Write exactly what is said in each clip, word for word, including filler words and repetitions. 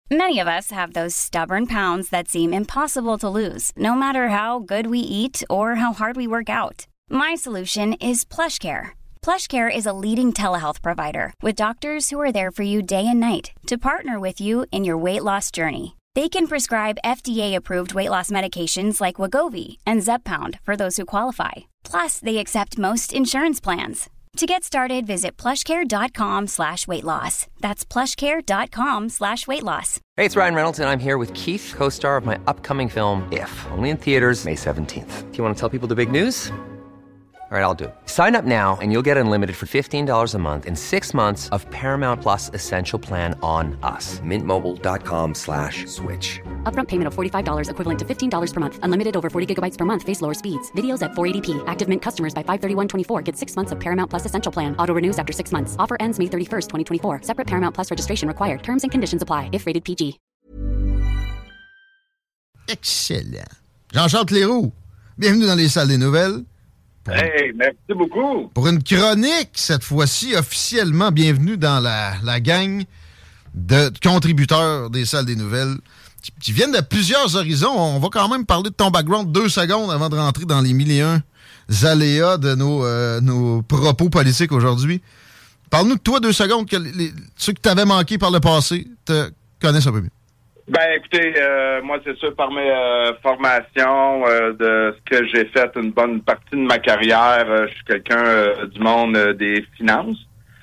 Many of us have those stubborn pounds that seem impossible to lose, no matter how good we eat or how hard we work out. My solution is PlushCare. PlushCare is a leading telehealth provider with doctors who are there for you day and night to partner with you in your weight loss journey. They can prescribe F D A-approved weight loss medications like Wegovy and Zepbound for those who qualify. Plus, they accept most insurance plans. To get started, visit plushcare.com slash weight loss. That's plushcare.com slash weight loss. Hey, it's Ryan Reynolds, and I'm here with Keith, co-star of my upcoming film, If, only in theaters May seventeenth. Do you want to tell people the big news? All right, I'll do it. Sign up now and you'll get unlimited for fifteen dollars a month and six months of Paramount Plus Essential Plan on us. Mintmobile.com slash switch. Upfront payment of forty-five dollars equivalent to fifteen dollars per month. Unlimited over forty gigabytes per month. Face lower speeds. Videos at four eighty p. Active Mint customers by five thirty-one twenty-four get six months of Paramount Plus Essential Plan. Auto renews after six months. Offer ends May thirty-first, twenty twenty-four. Separate Paramount Plus registration required. Terms and conditions apply if rated P G. Excellent. Jean-Charles Cléroux, bienvenue dans les salles des nouvelles. Hey, merci beaucoup. Pour une chronique, cette fois-ci, officiellement, bienvenue dans la, la gang de contributeurs des salles des nouvelles qui, qui viennent de plusieurs horizons. On va quand même parler de ton background deux secondes avant de rentrer dans les mille et un aléas de nos, euh, nos propos politiques aujourd'hui. Parle-nous de toi deux secondes, que les, ceux que tu avais manqué par le passé te connaissent un peu mieux. Ben, écoutez, euh, moi, c'est sûr, par mes euh, formations, euh, de ce que j'ai fait une bonne partie de ma carrière, euh, je suis quelqu'un euh, du monde euh, des finances.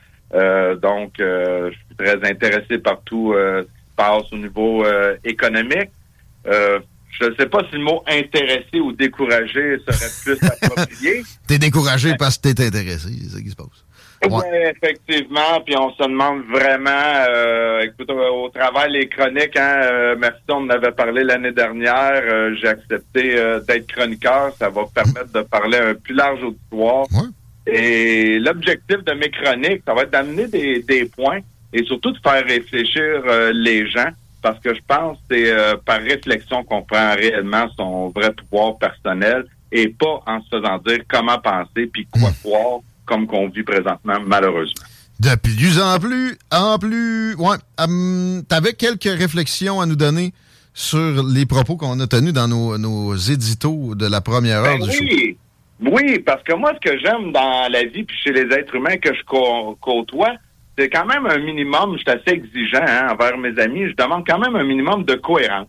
Euh, donc, euh, je suis très intéressé par tout euh, ce qui se passe au niveau euh, économique. Euh, je ne sais pas si le mot « intéressé » ou « découragé » serait plus approprié. T'es découragé ouais. parce que t'es intéressé, c'est ça qui se passe. Oui, ouais, effectivement, puis on se demande vraiment, euh, écoute, au travers les chroniques, hein, euh, merci, on en avait parlé l'année dernière, euh, j'ai accepté euh, d'être chroniqueur, ça va permettre de parler à un plus large auditoire. Ouais. Et l'objectif de mes chroniques, ça va être d'amener des, des points et surtout de faire réfléchir euh, les gens, parce que je pense que c'est euh, par réflexion qu'on prend réellement son vrai pouvoir personnel et pas en se faisant dire comment penser puis quoi mmh. croire, comme qu'on vit présentement, malheureusement. De plus en plus, en plus... Ouais, um, t'avais quelques réflexions à nous donner sur les propos qu'on a tenus dans nos, nos éditos de la première heure ben du oui. show. Oui, parce que moi, ce que j'aime dans la vie puis chez les êtres humains que je cô- côtoie, c'est quand même un minimum, je suis assez exigeant hein, envers mes amis, je demande quand même un minimum de cohérence.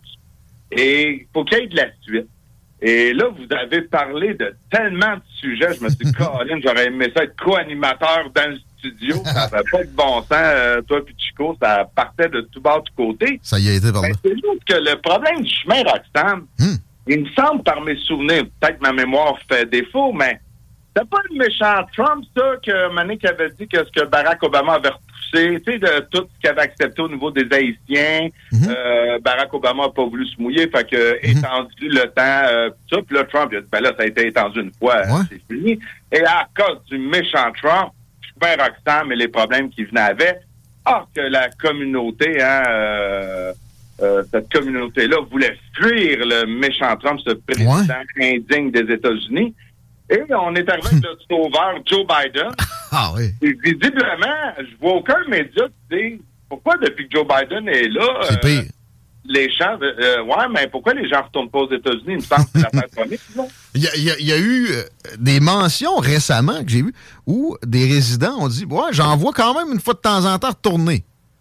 Et il faut qu'il y ait de la suite. Et là, vous avez parlé de tellement de sujets. Je me suis dit, Colin, j'aurais aimé ça être co-animateur dans le studio. Ça n'avait pas de bon sens, euh, toi puis Chico. Ça partait de tout bas, de tout côté. Ça y a été par là. Mais c'est juste que le problème du chemin Roxham, hmm. il me semble par mes souvenirs, peut-être que ma mémoire fait défaut, mais c'est pas le méchant Trump, ça, que Mané qui avait dit que ce que Barack Obama avait repoussé, tu sais, de tout ce qu'il avait accepté au niveau des Haïtiens. Mm-hmm. Euh, Barack Obama n'a pas voulu se mouiller, fait que mm-hmm. étendu le temps, euh, tout ça. Puis là, Trump, il a dit, ben là, ça a été étendu une fois, ouais. c'est fini. Et à cause du méchant Trump, je suis bien Roxham et les problèmes qui venaient avec, ah, que la communauté, hein, euh, euh, cette communauté-là voulait fuir le méchant Trump, ce président ouais. indigne des États-Unis. Et on est arrivé avec le sauveur Joe Biden. Ah oui. Et visiblement, je vois aucun média qui dit pourquoi depuis que Joe Biden est là, c'est euh, pire. les gens, euh, ouais, mais pourquoi les gens ne retournent pas aux États-Unis? Il me semble que c'est l'affaire première. Il y, a, il, y a, il y a eu euh, des mentions récemment que j'ai vues où des résidents ont dit ouais, j'en vois quand même une fois de temps en temps retourner.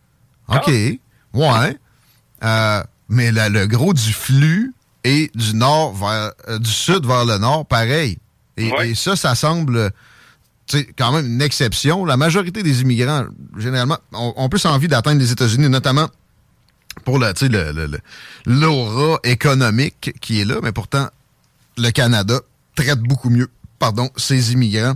OK. Ah. Ouais. Euh, mais là, le gros du flux est du nord vers euh, du sud vers le nord, pareil. Et, ouais. et ça, ça semble quand même une exception. La majorité des immigrants, généralement, ont, ont plus envie d'atteindre les États-Unis, notamment pour le, le, le, le, l'aura économique qui est là, mais pourtant, le Canada traite beaucoup mieux, pardon, ses immigrants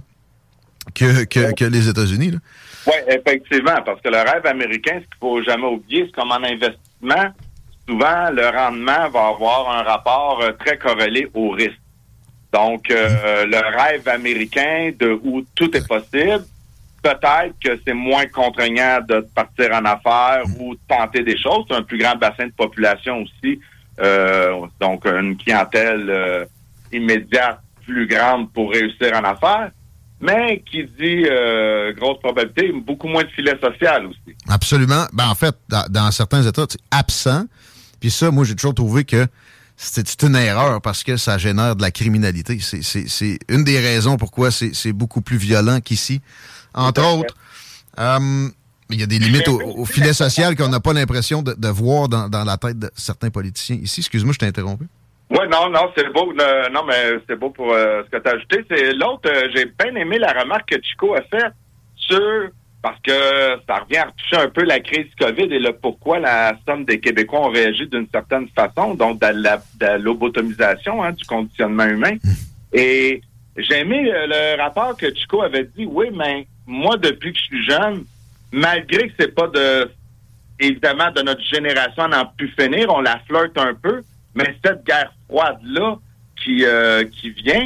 que, que, ouais. que les États-Unis. Oui, effectivement, parce que le rêve américain, ce qu'il ne faut jamais oublier, c'est comme en investissement, souvent, le rendement va avoir un rapport euh, très corrélé au risque. Donc, euh, le rêve américain de où tout est possible, peut-être que c'est moins contraignant de partir en affaires ou de tenter des choses. C'est un plus grand bassin de population aussi. Euh, donc, une clientèle euh, immédiate plus grande pour réussir en affaires. mais qui dit, euh, grosse probabilité, beaucoup moins de filet social aussi. Absolument. Ben, en fait, dans, dans certains États, c'est absent. Puis ça, moi, j'ai toujours trouvé que c'est une erreur parce que ça génère de la criminalité. C'est, c'est, c'est une des raisons pourquoi c'est, c'est beaucoup plus violent qu'ici. Entre autres, euh, il y a des limites au, au filet social qu'on n'a pas l'impression de, de voir dans, dans la tête de certains politiciens ici. Excuse-moi, je t'ai interrompu. Oui, non, non, c'est beau. Le, non, mais c'est beau pour euh, ce que tu as ajouté. C'est l'autre, euh, j'ai bien aimé la remarque que Chico a faite sur, parce que ça revient à retoucher un peu la crise COVID et le pourquoi la somme des Québécois ont réagi d'une certaine façon, donc de la, de lobotomisation, hein, du conditionnement humain. Et j'ai aimé euh, le rapport que Chico avait dit, oui, mais moi, depuis que je suis jeune, malgré que c'est pas de, évidemment, de notre génération à n'en plus finir, on la flirte un peu, mais cette guerre froide-là qui euh, qui vient,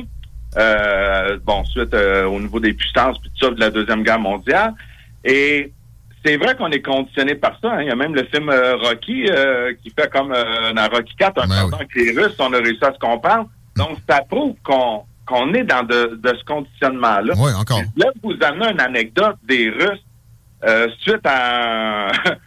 euh, bon, suite euh, au niveau des puissances, puis tout ça, de la Deuxième Guerre mondiale, et c'est vrai qu'on est conditionné par ça. Hein. Il y a même le film euh, Rocky euh, qui fait comme euh, dans Rocky quatre, un ben oui. avec les Russes, on a réussi à se comprendre. Donc, ça prouve qu'on qu'on est dans de, de ce conditionnement-là. Oui, encore. Là, vous amenez une anecdote des Russes euh, suite à un...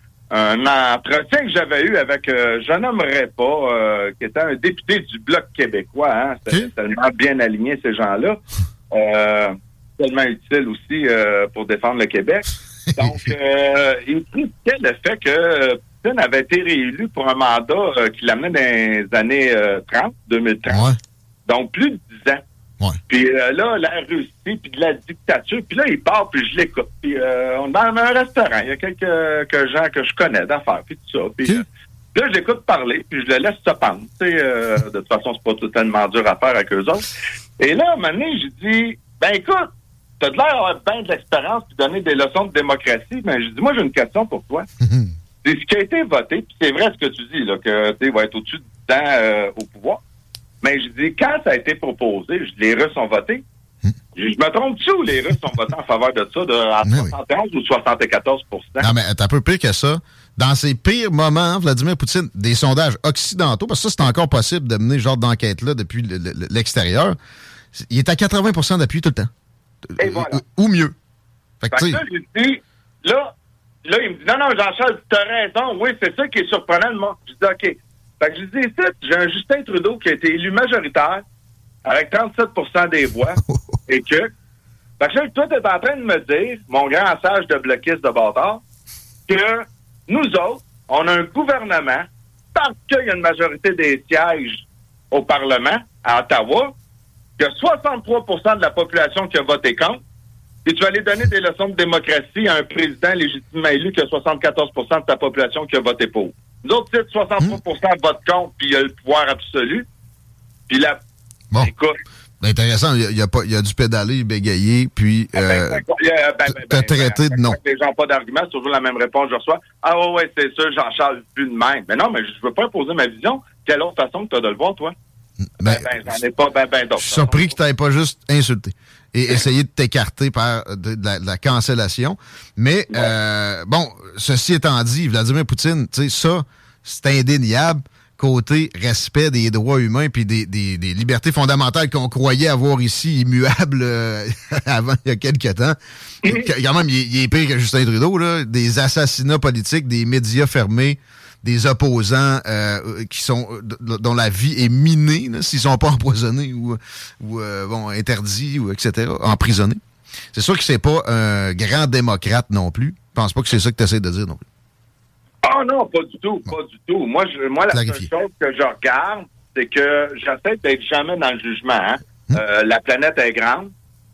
un entretien que j'avais eu avec, euh, je nommerai pas, euh, qui était un député du Bloc québécois. Hein, c'était okay. tellement bien aligné, ces gens-là. Euh, tellement utile aussi euh, pour défendre le Québec. Donc, euh, il critiquait le fait que Poutine avait été réélu pour un mandat euh, qui l'amenait dans les années euh, trente, deux mille trente. Ouais. Donc, plus de dix ans. Ouais. Puis euh, là, la Russie, puis de la dictature, puis là, il part, puis je l'écoute. Puis euh, on est dans un restaurant, il y a quelques, quelques gens que je connais d'affaires, puis tout ça. Puis okay. euh, là, je l'écoute parler, puis je le laisse se pendre. Tu sais, euh, de toute façon, c'est pas totalement dur à faire avec eux autres. Et là, à un moment donné, j'ai dit, ben écoute, t'as de l'air d'avoir bien de l'expérience, puis donner des leçons de démocratie. Ben, j'ai dit, moi, j'ai une question pour toi. C'est ce qui a été voté, puis c'est vrai ce que tu dis, là, que tu sais, va être au-dessus du temps euh, au pouvoir. Mais je dis, quand ça a été proposé, je, les Russes ont voté. Hum. Je, je me trompe-tu ou les Russes ont voté en faveur de ça, de à soixante et onze oui. ou soixante-quatorze pour cent? Non, mais t'es un peu pire que ça. Dans ses pires moments, Vladimir Poutine, des sondages occidentaux, parce que ça, c'est encore possible de mener ce genre d'enquête-là depuis le, le, l'extérieur, il est à quatre-vingts pour cent d'appui tout le temps. Et voilà. Ou, ou mieux. Fait que, fait que là, j'ai dit, là, là, il me dit, non, non, Jean-Charles, tu as raison. Oui, c'est ça qui est surprenant de moi. Je dis, OK. Fait que je dis, j'ai un Justin Trudeau qui a été élu majoritaire avec trente-sept pour cent des voix et que... Fait que là, toi, t'es en train de me dire, mon grand sage de bloquiste de bâtard, que nous autres, on a un gouvernement, parce qu'il y a une majorité des sièges au Parlement, à Ottawa, que soixante-trois pour cent de la population qui a voté contre, et tu vas aller donner des leçons de démocratie à un président légitimement élu qui a soixante-quatorze pour cent de ta population qui a voté pour. Nous autres, c'est soixante-trois pour cent mmh. votent contre, puis il y a le pouvoir absolu. Puis là, bon. écoute... Intéressant, il y a, il y a, pas, il y a du pédalé, bégayer, puis euh, ben, ben, ben, ben, t'as ben, traité ben, de non. Les gens n'ont pas d'argument, c'est toujours la même réponse que je reçois. Ah ouais, ouais, c'est ça, Jean-Charles, vu de même. Mais non, mais je veux pas imposer ma vision. Quelle autre façon que tu as de le voir, toi? Ben, ben, ben j'en ai pas ben, ben d'autres. Je suis surpris que tu n'aies pas juste insulté et essayé de t'écarter par de, de, la, de la cancellation. Mais, ouais. euh, bon, ceci étant dit, Vladimir Poutine, tu sais, ça, c'est indéniable. Côté respect des droits humains puis des, des, des libertés fondamentales qu'on croyait avoir ici immuables euh, avant il y a quelques temps. Mm-hmm. Quand même, il, il est pire que Justin Trudeau, là. Des assassinats politiques, des médias fermés, des opposants euh, qui sont dont la vie est minée, là, s'ils sont pas empoisonnés ou, ou euh, bon, interdits, ou et cetera, emprisonnés. C'est sûr que c'est pas un grand démocrate non plus. Je pense pas que c'est ça que tu essaies de dire non plus. Ah oh non, pas du tout, pas du tout. Moi, je, moi la Clarifié. seule chose que je regarde, c'est que j'essaie d'être jamais dans le jugement. Hein. Hum. Euh, la planète est grande.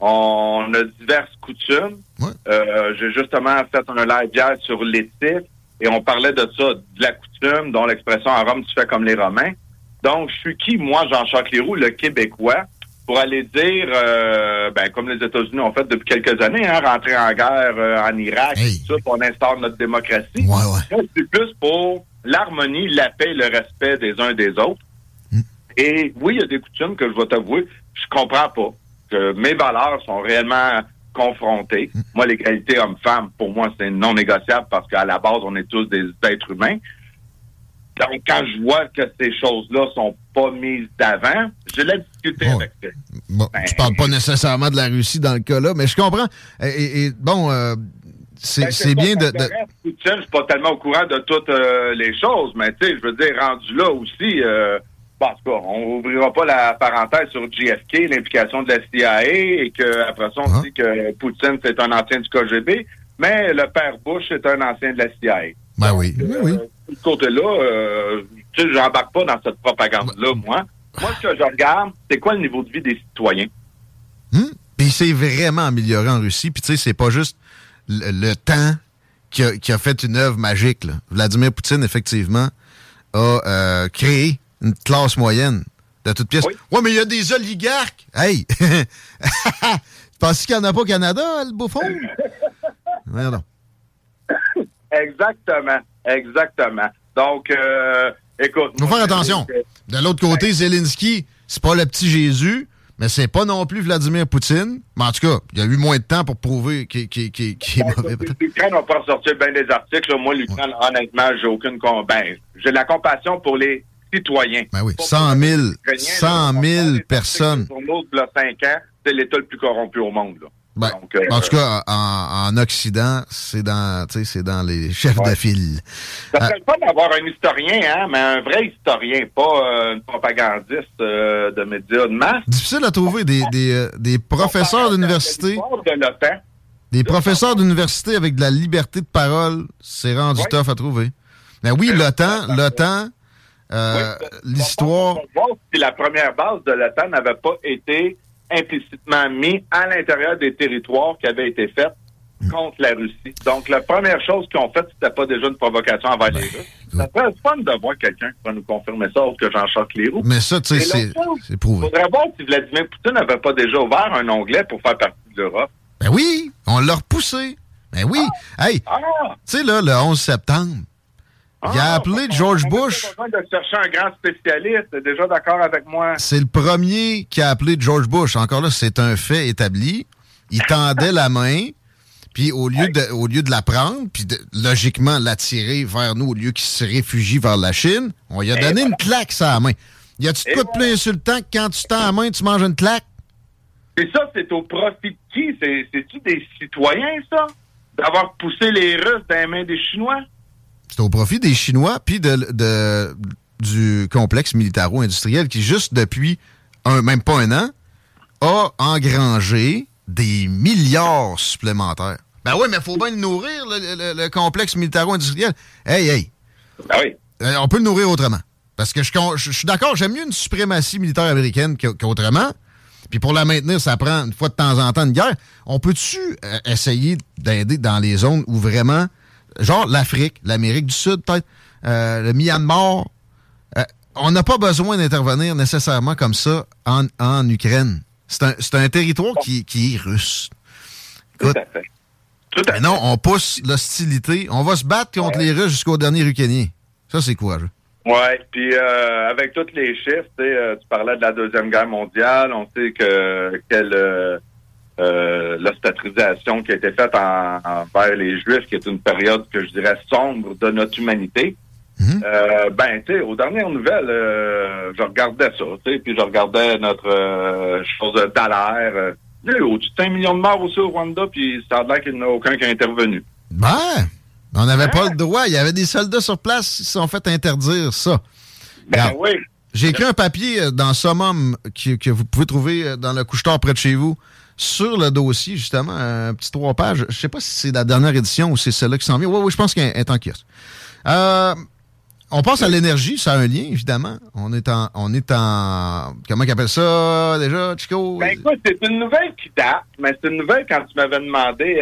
On a diverses coutumes. Ouais. Euh, j'ai justement fait un live hier sur l'éthique et on parlait de ça, de la coutume, dont l'expression en Rome, tu fais comme les Romains. Donc, je suis qui, moi, Jean-Charles Leroux, le Québécois, pour aller dire, euh, ben comme les États-Unis ont fait depuis quelques années, hein, rentrer en guerre euh, en Irak, hey. tout ça, pour on instaure notre démocratie. Ouais, ouais. Moi, c'est plus pour l'harmonie, la paix et le respect des uns et des autres. Mm. Et oui, il y a des coutumes que je vais t'avouer, je comprends pas. Que mes valeurs sont réellement confrontées. Mm. Moi, l'égalité homme-femme, pour moi, c'est non négociable parce qu'à la base, on est tous des êtres humains. Donc, quand je vois que ces choses-là sont pas mises d'avant, j'ai la difficulté ouais. avec ça. Bon, ben, tu parles pas nécessairement de la Russie dans le cas-là, mais je comprends. Et, et, et bon, euh, c'est, ben, c'est, c'est pas bien de... de... Poutine, je suis pas tellement au courant de toutes euh, les choses, mais tu sais, je veux dire, rendu là aussi, euh, bon, en tout cas, on ouvrira pas la parenthèse sur J F K, l'implication de la C I A, et qu'après ça, on ah. dit que Poutine, c'est un ancien du K G B, mais le père Bush, c'est un ancien de la C I A. Ben Donc, oui, oui, oui. Euh, de ce côté-là, euh, tu sais, j'embarque pas dans cette propagande-là, moi. Moi, ce que je regarde, c'est quoi le niveau de vie des citoyens? Hum? Puis c'est vraiment amélioré en Russie. Puis tu sais, c'est pas juste le, le temps qui a, qui a fait une œuvre magique, là. Vladimir Poutine, effectivement, a euh, créé une classe moyenne de toutes pièces. Oui. Ouais, mais il y a des oligarques. Hey! Tu penses qu'il n'y en a pas au Canada, le bouffon? Merde. Exactement. Exactement. Donc, euh, écoute... Il faut faire attention. De l'autre côté, ouais. Zelensky, c'est pas le petit Jésus, mais c'est pas non plus Vladimir Poutine. Mais en tout cas, il y a eu moins de temps pour prouver qu'il, qu'il, qu'il, qu'il est mauvais. L'Ukraine n'a pas sorti bien des articles. Moi, l'Ukraine, ouais. honnêtement, j'ai aucune... Ben, j'ai de la compassion pour les citoyens. Ben oui, cent mille, cent mille personnes. Pour nous, il y a cinq ans, c'est l'État le plus corrompu au monde, là. Ben, Donc, euh, en tout cas, en, en Occident, c'est dans, c'est dans les chefs ouais. de file. Ça serait pas d'avoir un historien, hein, mais un vrai historien, pas euh, un propagandiste euh, de médias de masse. Difficile à trouver des, des, euh, des professeurs d'université. De l'OTAN. Des professeurs d'université avec de la liberté de parole, c'est rendu ouais. tough à trouver. Mais oui, l'OTAN, l'OTAN, euh, oui, l'histoire... On va voir si la première base de l'OTAN n'avait pas été implicitement mis à l'intérieur des territoires qui avaient été faits contre la Russie. Donc, la première chose qu'ils ont faite, c'était pas déjà une provocation envers ben, les Russes. Ça serait le fun de voir quelqu'un qui va nous confirmer ça, autre que Jean-Charles Cléroux. Mais ça, tu sais, c'est, c'est prouvé. Il faudrait voir si Vladimir Poutine n'avait pas déjà ouvert un onglet pour faire partie de l'Europe. Ben oui, on l'a repoussé. Ben oui. Ah, hey, ah, tu sais, là, le onze septembre, il a appelé ah, George Bush. On a besoin de chercher un grand spécialiste. T'es déjà d'accord avec moi? C'est le premier qui a appelé George Bush. Encore là, c'est un fait établi. Il tendait la main, puis au lieu de, au lieu de la prendre, puis de, logiquement l'attirer vers nous, au lieu qu'il se réfugie vers la Chine, on lui a donné Et une voilà. claque sur la main. Y a-tu de quoi de plus insultant que quand tu tends la main, tu manges une claque? Et ça, c'est au profit de qui? C'est, c'est-tu des citoyens, ça? D'avoir poussé les Russes dans les mains des Chinois? C'est au profit des Chinois puis de, de, du complexe militaro-industriel qui, juste depuis un, même pas un an, a engrangé des milliards supplémentaires. Ben oui, mais il faut bien le nourrir, le, le, le complexe militaro-industriel. Hey, hey! Ben oui. Euh, on peut le nourrir autrement. Parce que je, je, je suis d'accord, j'aime mieux une suprématie militaire américaine qu'autrement. Puis pour la maintenir, ça prend une fois de temps en temps une guerre. On peut-tu euh, essayer d'aider dans les zones où vraiment... Genre l'Afrique, l'Amérique du Sud, peut-être, euh, le Myanmar. Euh, on n'a pas besoin d'intervenir nécessairement comme ça en, en Ukraine. C'est un, c'est un territoire qui, qui est russe. Écoute, Tout à fait. Tout à fait. Non, on pousse l'hostilité. On va se battre contre ouais. les Russes jusqu'au dernier Ukrainien. Ça, c'est courageux. Oui, puis euh, avec tous les chiffres, euh, tu parlais de la Deuxième Guerre mondiale, on sait que quelle... Euh, Euh, l'ostracisation qui a été faite en, envers les Juifs, qui est une période que je dirais sombre de notre humanité. Mm-hmm. Euh, ben, tu sais, aux dernières nouvelles, euh, je regardais ça, tu sais, puis je regardais notre euh, chose de Dallaire. Euh, il y a eu au-dessus de cinq millions de morts aussi au Rwanda, puis ça a l'air qu'il n'y en a aucun qui a intervenu. Ben, on n'avait hein? pas le droit. Il y avait des soldats sur place qui se sont fait interdire ça. Ben Alors, oui. J'ai écrit un papier dans Summum qui, que vous pouvez trouver dans le couche-tard près de chez vous, sur le dossier, justement, un petit trois pages. Je sais pas si c'est la dernière édition ou c'est celle-là qui s'en vient. Oui, oui, je pense qu'elle est en kiosque. Euh, on passe à l'énergie, ça a un lien, évidemment. On est en... On est en comment qu'ils appellent ça, déjà, Chico? Ben écoute, c'est une nouvelle qui date, mais c'est une nouvelle quand tu m'avais demandé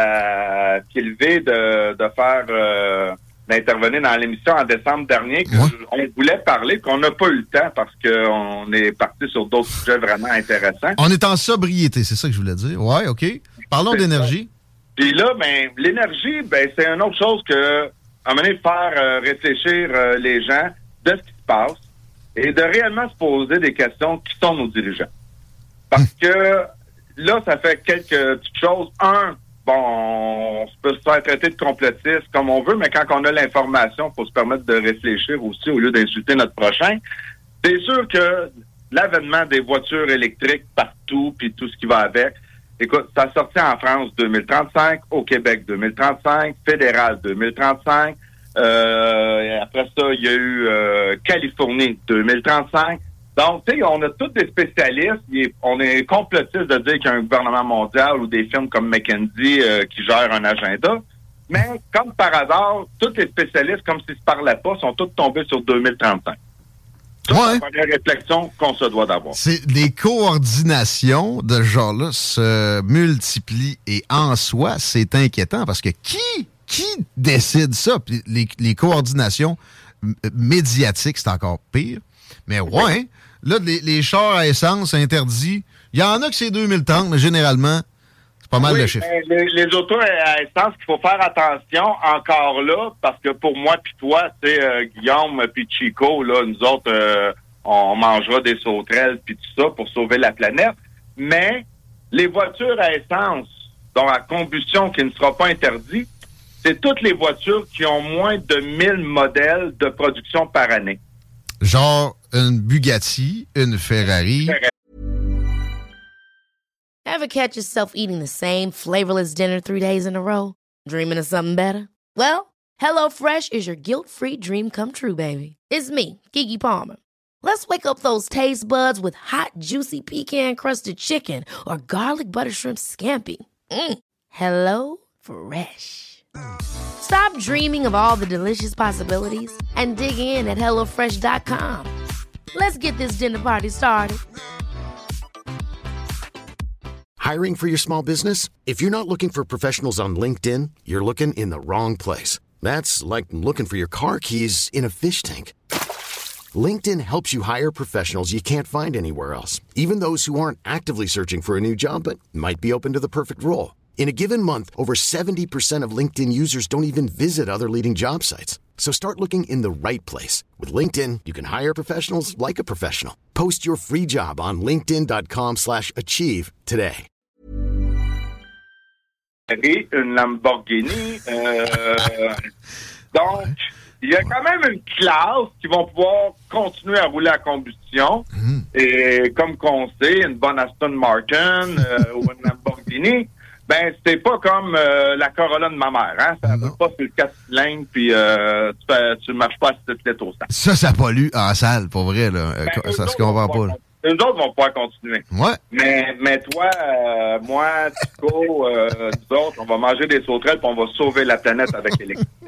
à Sylvie de, de faire... Euh, d'intervenir dans l'émission en décembre dernier, que ouais. je, on voulait parler, qu'on n'a pas eu le temps parce qu'on est parti sur d'autres sujets vraiment intéressants. On est en sobriété, c'est ça que je voulais dire. Ouais, OK. Parlons c'est d'énergie. Puis là, ben, l'énergie, ben, c'est une autre chose que, à un moment donné, faire euh, réfléchir euh, les gens de ce qui se passe et de réellement se poser des questions qui sont nos dirigeants. Parce hum. que là, ça fait quelques petites choses. Un, bon, on peut se faire traiter de complotiste comme on veut, mais quand on a l'information, il faut se permettre de réfléchir aussi au lieu d'insulter notre prochain. C'est sûr que l'avènement des voitures électriques partout, puis tout ce qui va avec. Écoute, ça a sorti en France deux mille trente-cinq, au Québec deux mille trente-cinq, fédéral deux mille trente-cinq. Euh, après ça, il y a eu euh, Californie deux mille trente-cinq. Donc, tu sais, on a tous des spécialistes. Est, on est complotiste de dire qu'il y a un gouvernement mondial ou des firmes comme McKinsey euh, qui gèrent un agenda. Mais, comme par hasard, tous les spécialistes, comme s'ils ne se parlaient pas, sont tous tombés sur deux mille trente-cinq. C'est ouais. la première réflexion qu'on se doit d'avoir. C'est les coordinations de ce genre-là se multiplient et en soi, c'est inquiétant parce que qui, qui décide ça? Puis les, les coordinations m- médiatiques, c'est encore pire. Mais ouais, là, les, les chars à essence interdits, il y en a que c'est deux mille trente, mais généralement, c'est pas mal oui, de chiffres. Les, les autos à essence, il faut faire attention encore là, parce que pour moi puis toi, tu sais, euh, Guillaume puis Chico, là, nous autres, euh, on mangera des sauterelles puis tout ça pour sauver la planète. Mais les voitures à essence, dont la combustion qui ne sera pas interdite, c'est toutes les voitures qui ont moins de mille modèles de production par année. Genre une Bugatti, une Ferrari. Ever catch yourself eating the same flavorless dinner three days in a row? Dreaming of something better? Well, HelloFresh is your guilt-free dream come true, baby. It's me, Keke Palmer. Let's wake up those taste buds with hot, juicy pecan-crusted chicken or garlic butter shrimp scampi. Mm. Hello Fresh. Stop dreaming of all the delicious possibilities and dig in at hello fresh dot com. Let's get this dinner party started. Hiring for your small business? If you're not looking for professionals on LinkedIn, you're looking in the wrong place. That's like looking for your car keys in a fish tank. LinkedIn helps you hire professionals you can't find anywhere else, even those who aren't actively searching for a new job but might be open to the perfect role. In a given month, over seventy percent of LinkedIn users don't even visit other leading job sites. So start looking in the right place. With LinkedIn, you can hire professionals like a professional. Post your free job on linkedin dot com slash achieve today. Une Lamborghini. Euh, donc, il y a quand même une classe qui vont pouvoir continuer à rouler à combustion. Mm. Et comme qu'on sait, une bonne Aston Martin euh, ou une Lamborghini, ben c'est pas comme euh, la Corolla de ma mère. Hein? Ça ne va pas sur le quatre cylindres puis euh, tu, fais, tu marches pas à cette litres au sac. Ça, ça pollue en salle, pour vrai. Là. Ben, ça se comprend pas. Là. Eux autres vont pouvoir continuer. Ouais. Mais, mais toi, euh, moi, Tico, euh, nous autres, on va manger des sauterelles puis on va sauver la planète avec l'électricité.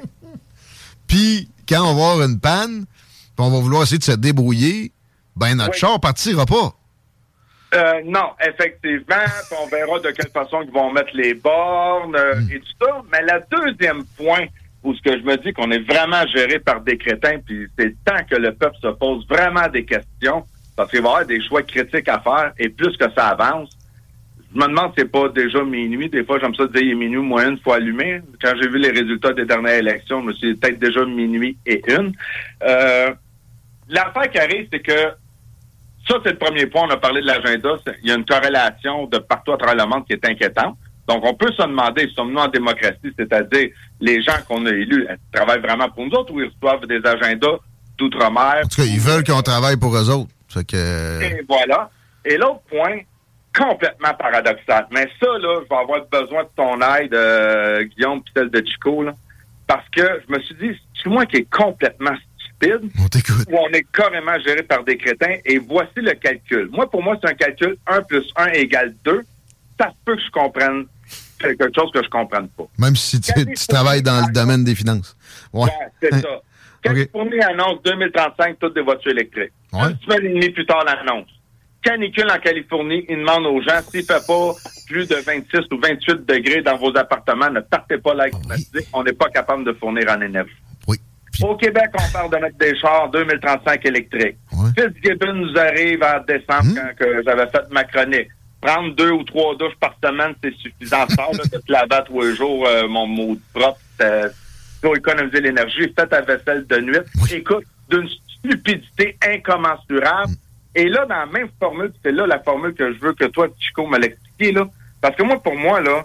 Puis, quand on va avoir une panne, puis on va vouloir essayer de se débrouiller, ben notre oui. char partira pas. Euh, non, effectivement. On verra de quelle façon ils vont mettre les bornes euh, mm. et tout ça. Mais le deuxième point où ce que je me dis qu'on est vraiment géré par des crétins, puis c'est le temps que le peuple se pose vraiment des questions, parce qu'il va y avoir des choix critiques à faire, et plus que ça avance, je me demande si c'est pas déjà minuit. Des fois, j'aime ça dire il est minuit moins une fois allumé. Quand j'ai vu les résultats des dernières élections, je me suis dit peut-être déjà minuit et une. Euh, l'affaire qui arrive, c'est que ça, c'est le premier point. On a parlé de l'agenda. Il y a une corrélation de partout à travers le monde qui est inquiétante. Donc, on peut se demander, sommes-nous en démocratie, c'est-à-dire les gens qu'on a élus travaillent vraiment pour nous autres ou ils reçoivent des agendas d'outre-mer? En tout cas, ils veulent qu'on travaille pour eux autres. Fait que... Et voilà. Et l'autre point, complètement paradoxal. Mais ça, là, je vais avoir besoin de ton aide, euh, Guillaume, puis celle de Chico, là, parce que je me suis dit, c'est moi qui est complètement stupide, on t'écoute. Où on est carrément géré par des crétins, et voici le calcul. Moi, pour moi, c'est un calcul un plus un égale deux. Ça se peut que je comprenne quelque chose que je comprenne pas. Même si tu, tu travailles dans le domaine des finances. Ouais, ouais c'est ça. Californie okay. annonce deux mille trente-cinq, toutes des voitures électriques. Ouais. Une semaine et demie plus tard, l'annonce. Canicule en Californie, il demande aux gens, s'il ne fait pas plus de vingt-six ou vingt-huit degrés dans vos appartements, ne partez pas l'air climatisé. Oui. On n'est pas capable de fournir en énergie. Oui. Puis... Au Québec, on parle de mettre des chars deux mille trente-cinq électriques. Ouais. Fitzgibbon nous arrive en décembre, mmh. quand que j'avais fait ma chronique. Prendre deux ou trois douches par semaine, c'est suffisant. Ça, là, de te laver tous les jours, euh, mon mot propre, euh, pour économiser l'énergie. Fais ta vaisselle de nuit. Oui. Écoute, d'une stupidité incommensurable. Mmh. Et là, dans la même formule, c'est là la formule que je veux que toi, Chico, me l'expliques, là. Parce que moi, pour moi, là,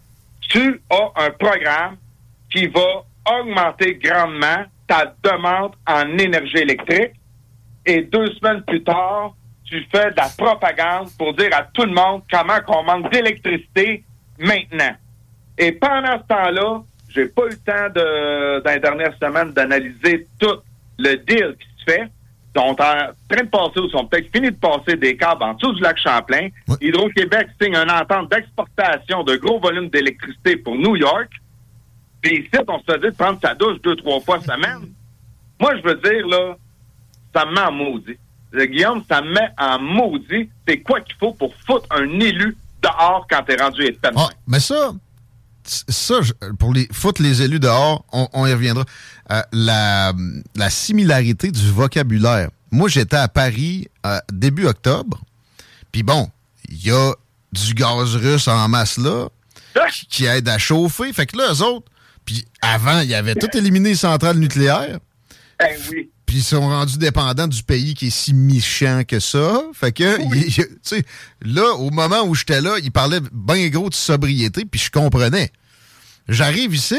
tu as un programme qui va augmenter grandement ta demande en énergie électrique. Et deux semaines plus tard, tu fais de la propagande pour dire à tout le monde comment qu'on manque d'électricité maintenant. Et pendant ce temps-là, j'ai pas eu le temps de, dans les dernières semaines d'analyser tout le deal qui se fait. Ils sont en train de passer ou sont peut-être finis de passer des câbles en dessous du lac Champlain. Oui. Hydro-Québec signe une entente d'exportation de gros volumes d'électricité pour New York. Puis ici, on se dit de prendre sa douche deux, trois fois semaine. Moi, je veux dire, là, ça me met en maudit. Guillaume, ça me met en maudit. C'est quoi qu'il faut pour foutre un élu dehors quand t'es rendu épais? Ah, mais ça, ça, pour les foutre les élus dehors, on, on y reviendra. Euh, la, la similarité du vocabulaire. Moi, j'étais à Paris euh, début octobre. Puis bon, il y a du gaz russe en masse là qui, qui aide à chauffer. Fait que là, eux autres, puis avant, ils avaient tout éliminé les centrales nucléaires. Ben oui. Puis ils sont rendus dépendants du pays qui est si méchant que ça. Fait que, oui. tu sais, là, au moment où j'étais là, ils parlaient bien gros de sobriété, puis je comprenais. J'arrive ici,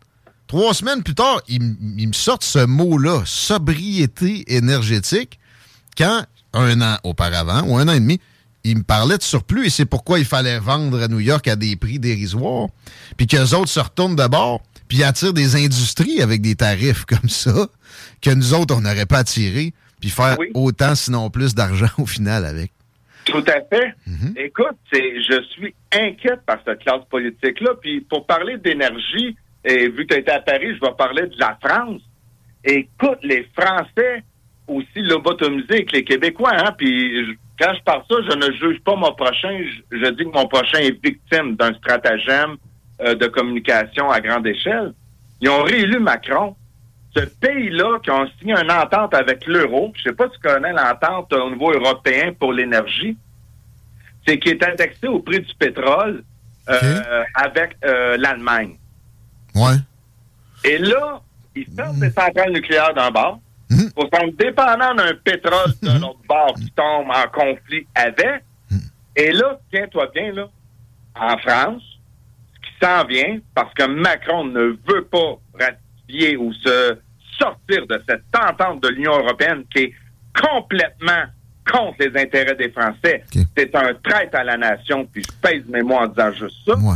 trois semaines plus tard, ils, ils me sortent ce mot-là, sobriété énergétique, quand, un an auparavant, ou un an et demi, ils me parlaient de surplus, et c'est pourquoi il fallait vendre à New York à des prix dérisoires, puis qu'eux autres se retournent de bord, puis ils attirent des industries avec des tarifs comme ça, que nous autres, on n'aurait pas attiré, puis faire oui. autant, sinon plus, d'argent au final avec. Tout à fait. Mm-hmm. Écoute, c'est, je suis inquiète par cette classe politique-là. Puis pour parler d'énergie, et vu que tu as été à Paris, je vais parler de la France. Écoute, les Français aussi lobotomisés avec les Québécois. Hein? Puis je, quand je parle ça, je ne juge pas mon prochain. Je, je dis que mon prochain est victime d'un stratagème euh, de communication à grande échelle. Ils ont réélu Macron. Ce pays-là qui a signé une entente avec l'euro, je ne sais pas si tu connais l'entente au niveau européen pour l'énergie, c'est qui est indexé au prix du pétrole euh, okay. avec euh, l'Allemagne. Ouais. Et là, ils ferment des centrales nucléaires d'un bord mmh. pour s'en dépendant d'un pétrole de mmh. l'autre bord qui tombe en conflit avec. Mmh. Et là, tiens-toi bien, là, en France, ce qui s'en vient, parce que Macron ne veut pas ratifier ou se sortir de cette entente de l'Union européenne qui est complètement contre les intérêts des Français. Okay. C'est un traître à la nation, puis je pèse mes mots en disant juste ça. Ouais.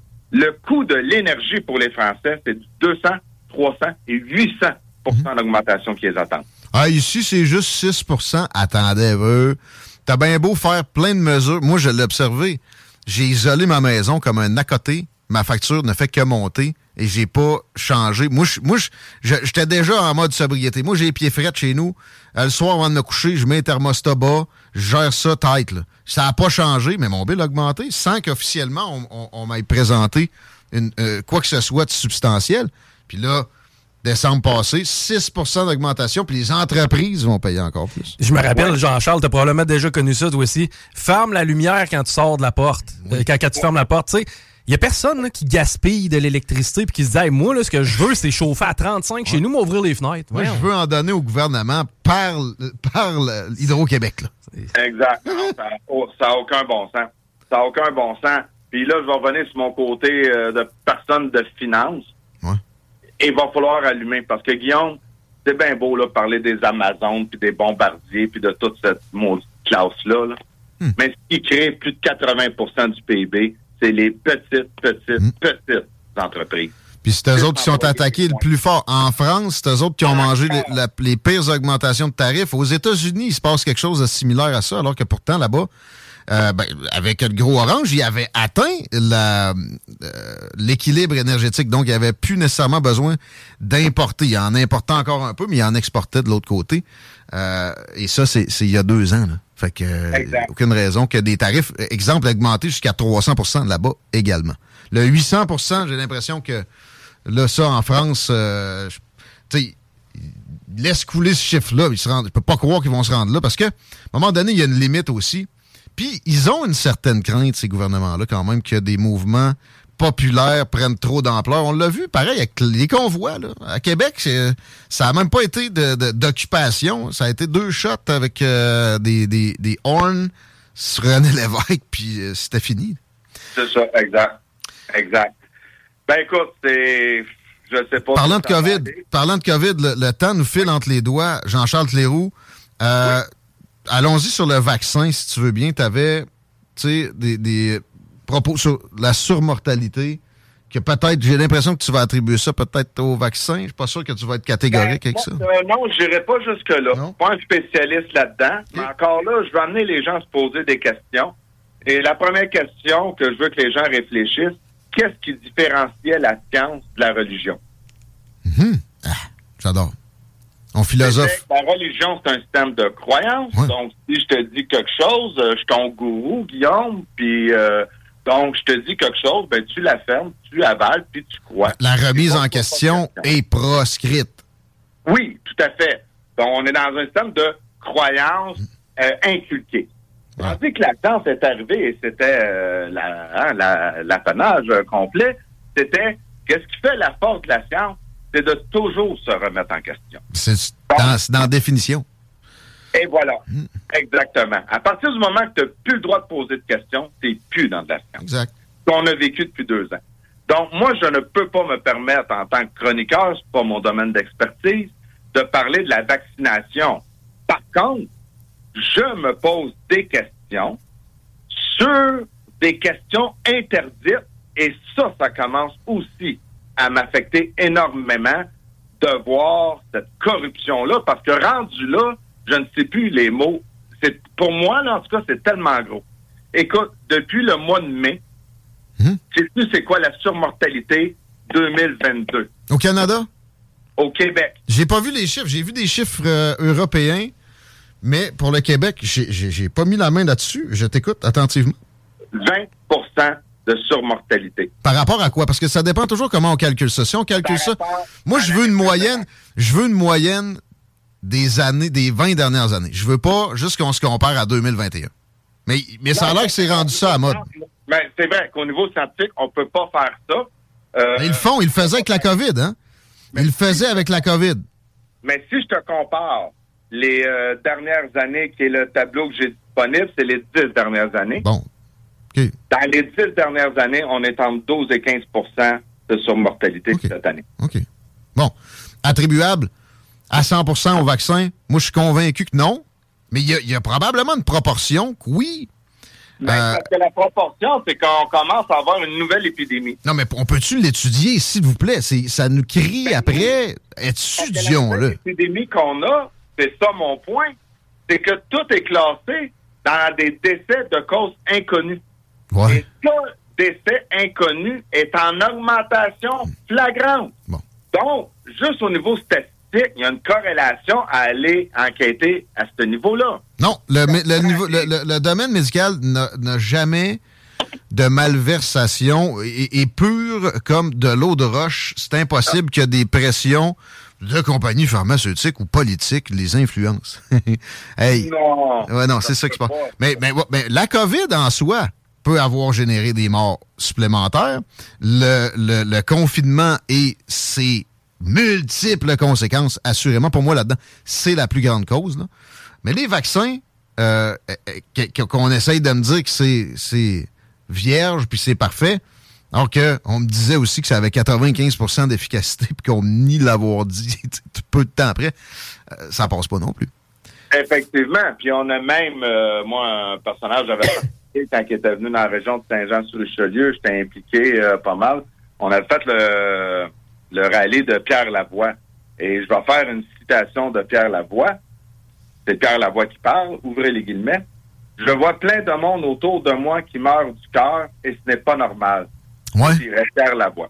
Le coût de l'énergie pour les Français, c'est du deux cents, trois cents et huit cents pour cent mmh. d'augmentation qu'ils attendent. Ah, ici, c'est juste six pour cent. Attendez, eux. T'as bien beau faire plein de mesures. Moi, je l'ai observé. J'ai isolé ma maison comme un à côté. Ma facture ne fait que monter et j'ai pas changé. Moi, je, moi, je, j'étais déjà en mode sobriété. Moi, j'ai les pieds frets chez nous. Euh, le soir, avant de me coucher, je mets un thermostat bas. Je gère ça tête, là. Ça n'a pas changé, mais mon bill a augmenté sans qu'officiellement, on, on, on m'ait présenté une, euh, quoi que ce soit de substantiel. Puis là, décembre passé, six pour cent d'augmentation, puis les entreprises vont payer encore plus. Je me rappelle, ouais. Jean-Charles, tu as probablement déjà connu ça, toi aussi. Ferme la lumière quand tu sors de la porte. Oui. Euh, quand, quand tu fermes la porte, tu sais. Il n'y a personne là, qui gaspille de l'électricité et qui se dit hey, « moi, là, ce que je veux, c'est chauffer à trente-cinq ouais. chez nous, m'ouvrir les fenêtres. » Moi, ouais, je veux en donner au gouvernement par, par Hydro-Québec. Là. Exact. ça n'a aucun bon sens. Ça n'a aucun bon sens. Puis là, je vais revenir sur mon côté euh, de personne de finance. Ouais. Et il va falloir allumer. Parce que, Guillaume, c'est bien beau là parler des Amazones, puis des bombardiers, puis de toute cette maudite classe-là. Là. Hmm. Mais ce qui crée plus de quatre-vingts pour cent du P I B, c'est les petites, petites, mmh. petites entreprises. Puis c'est eux autres qui sont attaqués le plus fort. En France, c'est eux autres qui ont mangé les, la, les pires augmentations de tarifs. Aux États-Unis, il se passe quelque chose de similaire à ça, alors que pourtant, là-bas, euh, ben, avec le gros orange, il avait atteint la, euh, l'équilibre énergétique. Donc, il n'y avait plus nécessairement besoin d'importer. Il en importait encore un peu, mais il en exportait de l'autre côté. Euh, et ça, c'est, c'est il y a deux ans, là. Fait que, euh, aucune raison que des tarifs, exemple, augmentés jusqu'à trois cents pour cent là-bas également. Le huit cents pour cent, j'ai l'impression que là, ça, en France, euh, tu sais, laisse couler ce chiffre-là. Ils se rendent, je peux pas croire qu'ils vont se rendre là parce qu'à un moment donné, il y a une limite aussi. Puis, ils ont une certaine crainte, ces gouvernements-là, quand même, que des mouvements populaires prennent trop d'ampleur. On l'a vu, pareil, avec les convois. Là. À Québec, c'est, ça n'a même pas été de, de, d'occupation. Ça a été deux shots avec euh, des, des, des horns sur René Lévesque, puis euh, c'était fini. C'est ça, exact. Exact. Ben écoute, c'est... Je sais pas... Parlant de COVID, parlant de COVID, le, le temps nous file entre les doigts. Jean-Charles Cléroux, euh, oui. allons-y sur le vaccin, si tu veux bien. Tu avais des, des propos sur la surmortalité, que peut-être, j'ai l'impression que tu vas attribuer ça peut-être au vaccin. Je suis pas sûr que tu vas être catégorique ben, avec ça. Euh, non, je n'irai pas jusque-là. Je suis pas un spécialiste là-dedans. Okay. Mais encore là, je veux amener les gens à se poser des questions. Et la première question que je veux que les gens réfléchissent, qu'est-ce qui différenciait la science de la religion? Mm-hmm. Ah, j'adore. On philosophe. La religion, c'est un système de croyance. Ouais. Donc, si je te dis quelque chose, je suis ton gourou, Guillaume, puis euh, donc, je te dis quelque chose, ben tu la fermes, tu avales, puis tu crois. La remise en question est proscrite. Oui, tout à fait. Donc, on est dans un système de croyance euh, inculquée. Ouais. Tandis que la science est arrivée et c'était euh, la, hein, la, l'apanage complet, c'était qu'est-ce qui fait la force de la science? C'est de toujours se remettre en question. C'est dans, c'est dans la définition. Et voilà. Mmh. Exactement. À partir du moment que tu n'as plus le droit de poser de questions, tu n'es plus dans de la science. Exact. Qu'on a vécu depuis deux ans. Donc, moi, je ne peux pas me permettre, en tant que chroniqueur, c'est pas mon domaine d'expertise, de parler de la vaccination. Par contre, je me pose des questions sur des questions interdites, et ça, ça commence aussi à m'affecter énormément de voir cette corruption-là, parce que rendu là, je ne sais plus les mots. C'est, pour moi, là, en tout cas, c'est tellement gros. Écoute, depuis le mois de mai, mmh. sais-tu c'est quoi la surmortalité deux mille vingt-deux? Au Canada? Au Québec. J'ai pas vu les chiffres. J'ai vu des chiffres euh, européens, mais pour le Québec, j'ai, j'ai, j'ai pas mis la main là-dessus. Je t'écoute attentivement. vingt pour cent de surmortalité. Par rapport à quoi? Parce que ça dépend toujours comment on calcule ça. Si on calcule ça... Moi, je veux une moyenne... Je veux une moyenne des années, des vingt dernières années. Je veux pas juste qu'on se compare à deux mille vingt et un. Mais, mais ça a l'air que c'est rendu ça à mode. Mais c'est vrai qu'au niveau scientifique, on peut pas faire ça. Euh, mais ils le font, ils le faisaient avec la COVID, hein? Ils le faisaient avec la COVID. Mais si je te compare les euh, dernières années, qui est le tableau que j'ai disponible, c'est les dix dernières années. Bon. Okay. Dans les dix dernières années, on est entre douze et quinze pour cent de surmortalité okay. cette année. OK. Bon. Attribuable à cent pour cent au vaccin? Moi, je suis convaincu que non. Mais il y, y a probablement une proportion que oui. Ben, euh, parce que la proportion, c'est qu'on commence à avoir une nouvelle épidémie. Non, mais on peut-tu l'étudier, s'il vous plaît? C'est, ça nous crie ben, après. Étudions-le. L'épidémie qu'on a, c'est ça mon point, c'est que tout est classé dans des décès de causes inconnues. Ouais. Et ce décès inconnu est en augmentation flagrante. Bon. Donc, juste au niveau statistique, il y a une corrélation à aller enquêter à ce niveau-là. Non, le, le, niveau, le, le, le domaine médical n'a, n'a jamais de malversation et, et pur comme de l'eau de roche. C'est impossible qu'il y ait des pressions de compagnies pharmaceutiques ou politiques les influencent. Hey. Non. Ouais, non, c'est ça qui se passe. Mais, mais, mais la COVID en soi peut avoir généré des morts supplémentaires. Le, le, le confinement et ses multiples conséquences, assurément, pour moi, là-dedans, c'est la plus grande cause. Là. Mais les vaccins, euh, qu'on essaye de me dire que c'est, c'est vierge puis c'est parfait, alors qu'on me disait aussi que ça avait quatre-vingt-quinze pour cent d'efficacité puis qu'on nie l'avoir dit peu de temps après, euh, ça passe pas non plus. Effectivement. Puis on a même, euh, moi, un personnage, j'avais participé quand il était venu dans la région de Saint-Jean-sur-Richelieu, j'étais impliqué euh, pas mal. On a fait le, le rallye de Pierre Lavoie. Et je vais faire une citation de Pierre Lavoie. C'est Pierre Lavoie qui parle, ouvrez les guillemets. Je vois plein de monde autour de moi qui meurt du cœur et ce n'est pas normal. Ouais. Dirait Pierre Lavoie.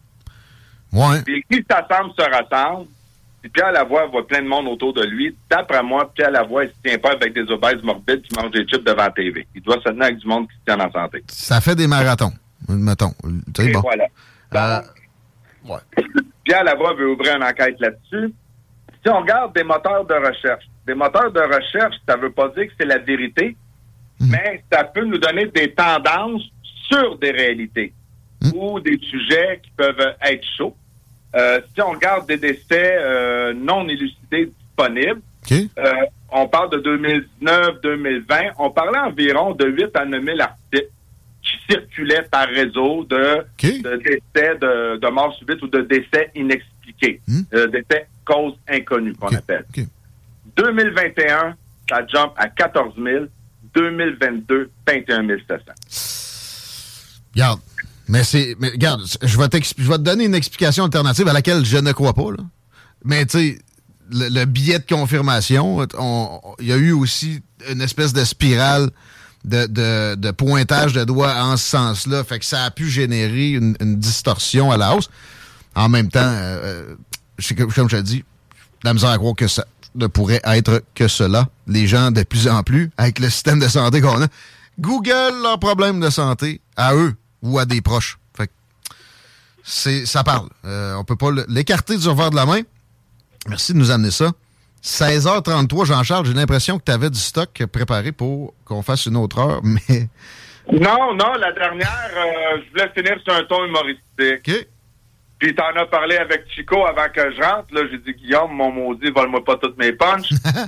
Ouais. Puis qui s'assemble se rassemble. Si Pierre Lavoie voit plein de monde autour de lui, d'après moi, Pierre Lavoie, il se tient pas avec des obèses morbides qui mangent des chips devant la T V. Il doit se tenir avec du monde qui se tient en santé. Ça fait des marathons, mettons. Et bon. voilà. Euh, Donc, ouais. Pierre Lavoie veut ouvrir une enquête là-dessus. Si on regarde des moteurs de recherche, des moteurs de recherche, ça veut pas dire que c'est la vérité, mmh. mais ça peut nous donner des tendances sur des réalités mmh. ou des sujets qui peuvent être chauds. Euh, si on regarde des décès euh, non élucidés disponibles, okay. euh, on parle de deux mille dix-neuf deux mille vingt, on parlait environ de huit à neuf mille articles qui circulaient par réseau de, okay. de décès, de, de mort subite ou de décès inexpliqués, mmh. euh, décès cause inconnue qu'on okay. appelle. Okay. deux mille vingt et un, ça jump à quatorze mille. deux mille vingt-deux, vingt et un mille sept cents. Regarde, mais c'est... Mais regarde, je vais, je vais te donner une explication alternative à laquelle je ne crois pas, là. Mais tu sais, le, le billet de confirmation, il y a eu aussi une espèce de spirale de, de, de pointage de doigts en ce sens-là. Fait que ça a pu générer une, une distorsion à la hausse. En même temps, euh, je, comme je te dis, la misère à croire que ça ne pourrait être que cela. Les gens, de plus en plus, avec le système de santé qu'on a, Google leurs problèmes de santé à eux ou à des proches. Fait que c'est, ça parle. Euh, on peut pas l'écarter du revers de la main. Merci de nous amener ça. seize heures trente-trois, Jean-Charles, j'ai l'impression que tu avais du stock préparé pour qu'on fasse une autre heure, mais... Non, non, la dernière, euh, je voulais finir sur un ton humoristique. OK. Puis t'en as parlé avec Chico avant que je rentre. Là, j'ai dit, Guillaume, mon maudit, vole-moi pas toutes mes punches.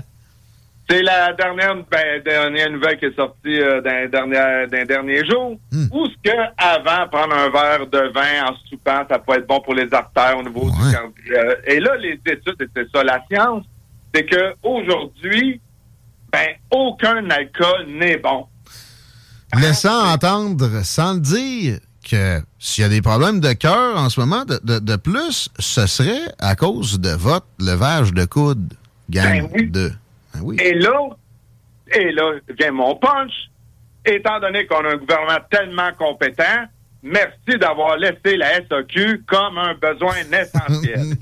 C'est la dernière, ben, dernière nouvelle qui est sortie euh, d'un dernier, d'un dernier jour. Mm. Où ce que, avant, prendre un verre de vin en soupant, ça peut être bon pour les artères au niveau ouais. du cardio. Et là, les études, et c'est ça, la science, c'est que aujourd'hui, ben, aucun alcool n'est bon. Laissant entendre, sans le dire, que s'il y a des problèmes de cœur en ce moment, de, de, de plus, ce serait à cause de votre levage de coude, gang ben oui. de... Ben oui. Et là, et là vient mon punch. Étant donné qu'on a un gouvernement tellement compétent, merci d'avoir laissé la S A Q comme un besoin essentiel.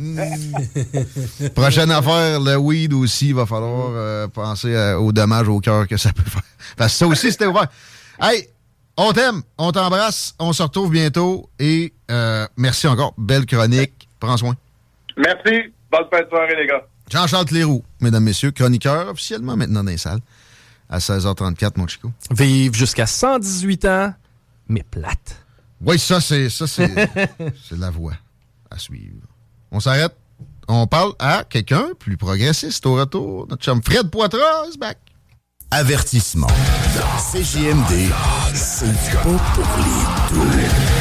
Prochaine affaire, le weed aussi, il va falloir euh, penser à, aux dommages au cœur que ça peut faire. Parce que ça aussi, c'était ouvert. Hey, on t'aime, on t'embrasse, on se retrouve bientôt et euh, merci encore. Belle chronique. Prends soin. Merci. Bonne fin de soirée, les gars. Jean-Charles Cléroux, mesdames, messieurs, chroniqueur officiellement maintenant dans les salles à seize heures trente-quatre, mon Chico. Vive jusqu'à cent dix-huit ans, mais plate. Oui, ça, c'est ça, c'est, c'est la voie à suivre. On s'arrête. On parle à quelqu'un plus progressiste au retour. Notre chum Fred Poitras is back. Avertissement. C J M D, c'est pas pour les doux.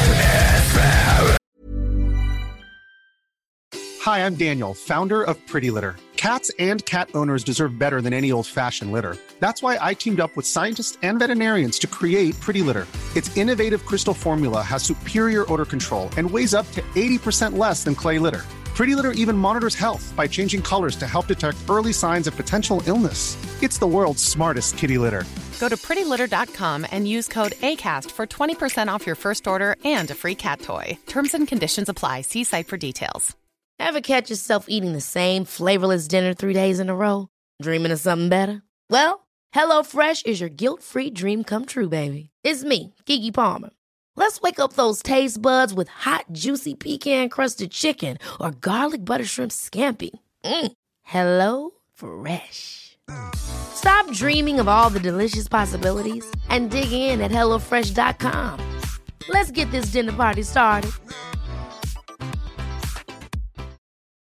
Hi, I'm Daniel, founder of Pretty Litter. Cats and cat owners deserve better than any old-fashioned litter. That's why I teamed up with scientists and veterinarians to create Pretty Litter. Its innovative crystal formula has superior odor control and weighs up to eighty percent less than clay litter. Pretty Litter even monitors health by changing colors to help detect early signs of potential illness. It's the world's smartest kitty litter. Go to pretty litter dot com and use code ACAST for twenty percent off your first order and a free cat toy. Terms and conditions apply. See site for details. Ever catch yourself eating the same flavorless dinner three days in a row? Dreaming of something better? Well, HelloFresh is your guilt-free dream come true, baby. It's me, Keke Palmer. Let's wake up those taste buds with hot, juicy pecan-crusted chicken or garlic butter shrimp scampi. Mm. Hello Fresh. Stop dreaming of all the delicious possibilities and dig in at hello fresh dot com. Let's get this dinner party started.